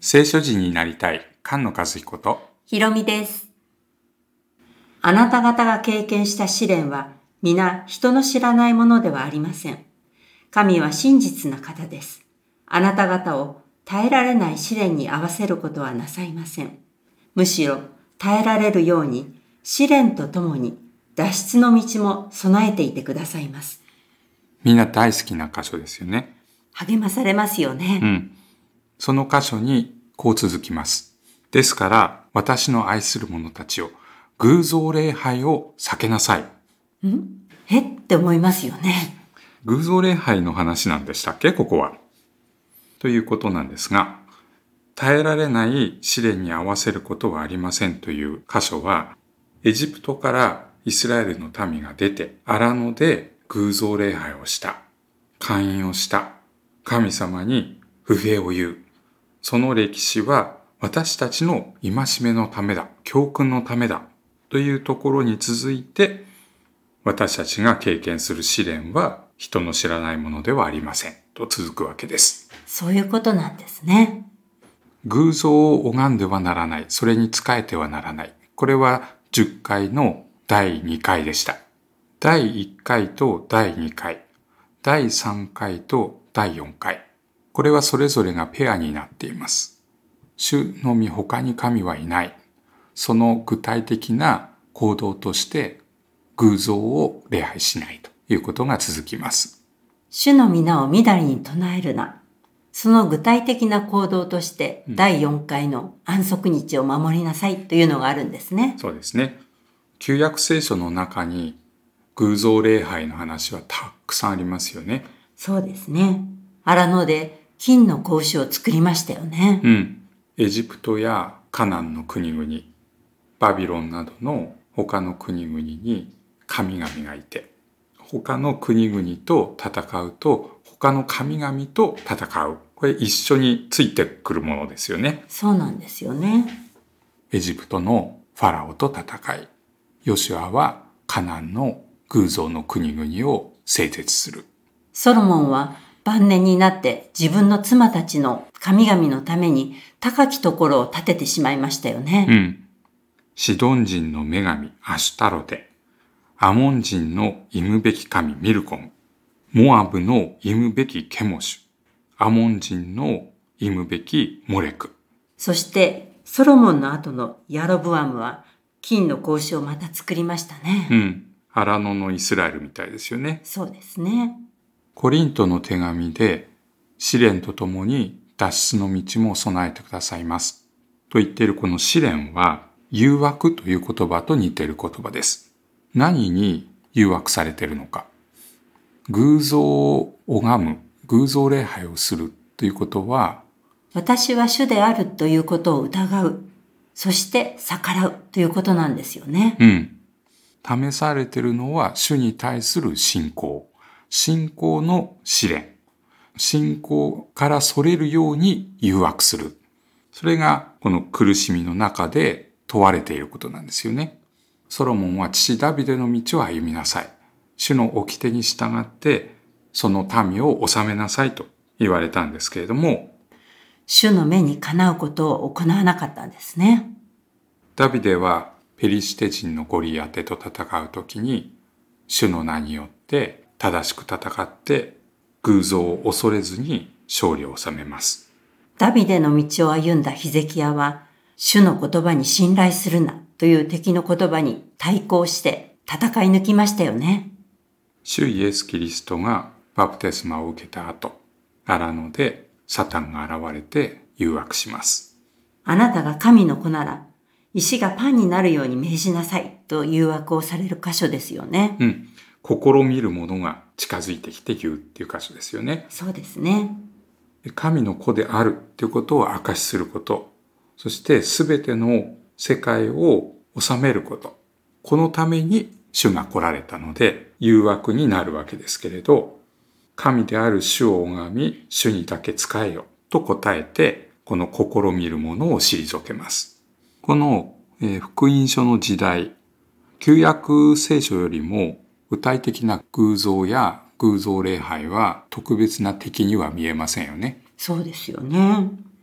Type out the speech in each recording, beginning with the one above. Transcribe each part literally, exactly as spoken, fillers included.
聖書人になりたい菅野和彦とひろみです。あなた方が経験した試練は皆人の知らないものではありません。神は真実な方です。あなた方を耐えられない試練に合わせることはなさいません。むしろ耐えられるように試練とともに脱出の道も備えていてくださいます。 みんな大好きな箇所ですよね。 励まされますよね。 うん。その箇所にこう続きます。ですから私の愛する者たちを偶像礼拝を避けなさい。 んえって思いますよね。 偶像礼拝の話なんでしたっけここは。ということなんですが、耐えられない試練に合わせることはありませんという箇所は、エジプトからイスラエルの民が出て荒野で偶像礼拝をした、姦淫をした、神様に不平を言う。その歴史は私たちの戒めのためだ、教訓のためだというところに続いて、私たちが経験する試練は人の知らないものではありませんと続くわけです。 そういうことなんですね。 偶像を拝んではならない、それに仕えてはならない。これはじゅっかいのだいにかいでした。だいいっかいとだいにかい、だいさんかいとだいよんかい。これはそれぞれがペアになっています。主のみ他に神はいない。その具体的な行動として偶像を礼拝しないということが続きます。 主の皆をみだりに唱えるな。その具体的な行動としてだいよんかいの安息日を守りなさいというのがあるんですね。 そうですね。旧約聖書の中に偶像礼拝の話はたくさんありますよね。 そうですね。荒野で金の格子を作りましたよね。 うん。エジプトやカナンの国々、バビロンなどの他の国々に神々がいて、他の国々と戦うと他の神々と戦う。これ一緒についてくるものですよね。 そうなんですよね。 エジプトのファラオと戦い、ヨシュアはカナンの偶像の国々を征絶する。 ソロモンは晩年になって自分の妻たちの神々のために高きところを建ててしまいましたよね。 うん。シドン人の女神アシュタロテ、アモン人の忌むべき神ミルコム、モアブの忌むべきケモシュ、アモン人の忌むべきモレク。 そしてソロモンの後のヤロブアムは金の格子をまた作りましたね。 うん。荒野のイスラエルみたいですよね。 そうですね。 コリントの手紙で試練とともに脱出の道も備えてくださいますと言っているこの試練は誘惑という言葉と似ている言葉です。何に誘惑されているのか。偶像を拝む、偶像礼拝をするということは、 私は主であるということを疑う、そして逆らうということなんですよね。 うん。試されているのは主に対する信仰。信仰の試練。信仰からそれるように誘惑する。それがこの苦しみの中で問われていることなんですよね。ソロモンは父ダビデの道を歩みなさい。主の掟に従ってその民を治めなさいと言われたんですけれども、 主の目にかなうことを行わなかったんですね。 ダビデはペリシテ人のゴリアテと戦うときに主の名によって正しく戦って偶像を恐れずに勝利を収めます。 ダビデの道を歩んだヒゼキヤは主の言葉に信頼するなという敵の言葉に対抗して戦い抜きましたよね。 主イエス・キリストがバプテスマを受けた後、荒野でサタンが現れて誘惑します。 あなたが神の子なら石がパンになるように命じなさいと誘惑をされる箇所ですよね。 うん。試みる者が近づいてきて言うっていう箇所ですよね。 そうですね。 神の子であるということを証しすること。そしてすべての世界を治めること。このために主が来られたので誘惑になるわけですけれど、神である主を拝み、主にだけ仕えよと答えて、この試みる者を退けます。この、えー、福音書の時代、旧約聖書よりも具体的な偶像や偶像礼拝は特別な敵には見えませんよね。 そうですよね。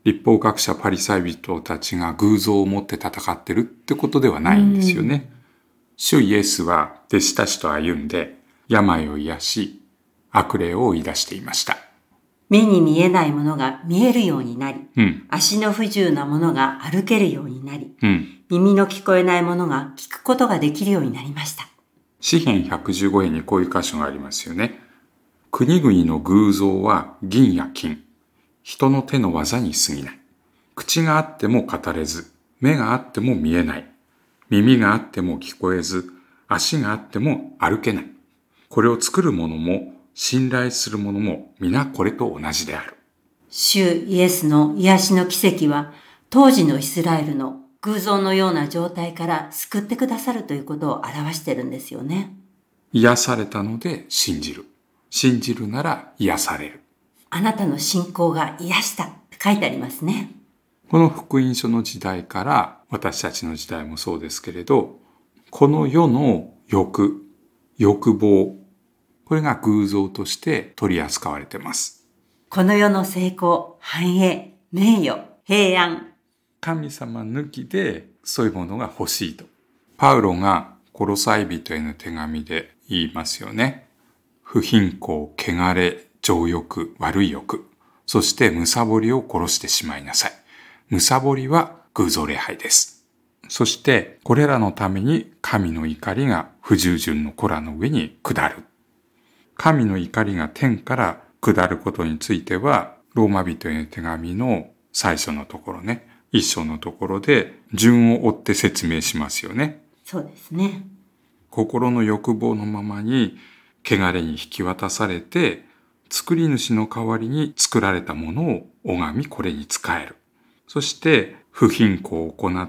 立法学者パリサイ人たちが偶像を持って戦ってるってことではないんですよね。主イエスは弟子たちと歩んで病を癒し、悪霊を追い出していました。 目に見えないものが見えるようになり、 うん、 足の不自由なものが歩けるようになり、 うん、 耳の聞こえないものが聞くことができるようになりました。 詩編ひゃくじゅうご編にこういう箇所がありますよね。国々の偶像は銀や金、人の手の技に過ぎない。口があっても語れず、目があっても見えない。耳があっても聞こえず、足があっても歩けない。これを作る者も信頼する者も皆これと同じである。 主イエスの癒しの奇跡は、当時のイスラエルの偶像のような状態から救ってくださるということを表しているんですよね。 癒されたので信じる。信じるなら癒される。 あなたの信仰が癒したって書いてありますね。 この福音書の時代から私たちの時代もそうですけれど、この世の欲、欲望、これが偶像として取り扱われています。 この世の成功、繁栄、名誉、平安。 神様抜きでそういうものが欲しいと。パウロがコロサイ人への手紙で言いますよね。不貧困、汚れ、情欲、悪い欲、そして貪りを殺してしまいなさい。貪りは偶像礼拝です。そしてこれらのために神の怒りが不従順の子らの上に下る。神の怒りが天から下ることについては、ローマ人への手紙の最初のところね、一章のところで順を追って説明しますよね。 そうですね。 心の欲望のままに汚れに引き渡されて、作り主の代わりに作られたものを拝みこれに仕える。そして不貧困を行って、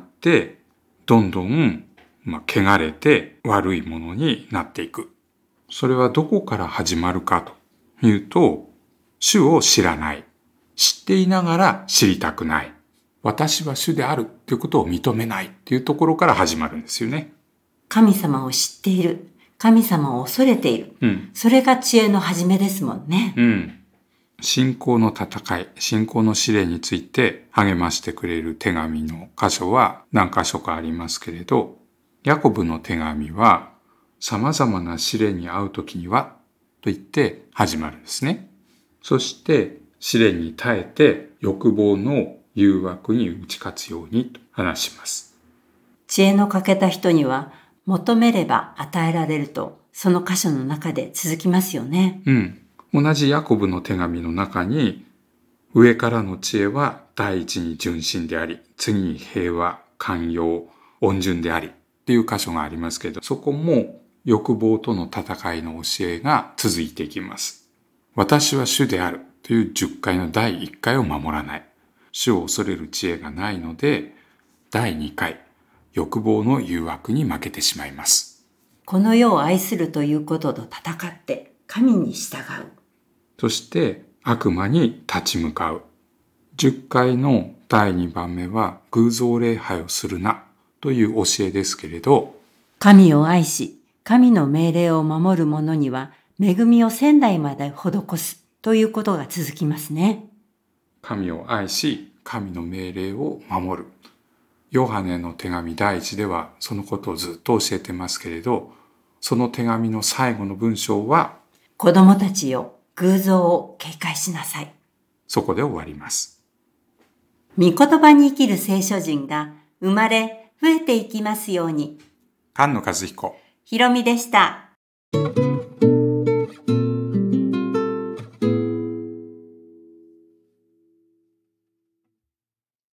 どんどん、まあ、汚れて悪いものになっていく。それはどこから始まるかというと、主を知らない。知っていながら知りたくない。私は主であるということを認めないというところから始まるんですよね。 神様を知っている。神様を恐れている。 うん、 それが知恵の始めですもんね。 うん。信仰の戦い、信仰の試練について励ましてくれる手紙の箇所は何箇所かありますけれど、ヤコブの手紙は様々な試練に遭うときにはと言って始まるんですね。そして試練に耐えて欲望の誘惑に打ち勝つようにと話します。 知恵の欠けた人には求めれば与えられると、その箇所の中で続きますよね。 うん。同じヤコブの手紙の中に、上からの知恵は第一に純真であり、次に平和、寛容、温順でありっていう箇所がありますけど、そこも欲望との戦いの教えが続いていきます。私は主であるというじゅっかいのだいいっかいを守らない。主を恐れる知恵がないので、だいにかい、欲望の誘惑に負けてしまいます。 この世を愛するということと戦って神に従う。 そして悪魔に立ち向かう。じゅっかいのだいにばんめは偶像礼拝をするなという教えですけれど、 神を愛し、神の命令を守る者には恵みを仙台まで施すということが続きますね。 神を愛し、神の命令を守る。ヨハネの手紙だいいちではそのことをずっと教えてますけれど、その手紙の最後の文章は、 子供たちよ、偶像を警戒しなさい。 そこで終わります。 御言葉に生きる聖書人が生まれ増えていきますように。 菅野和彦、 ひろみでした。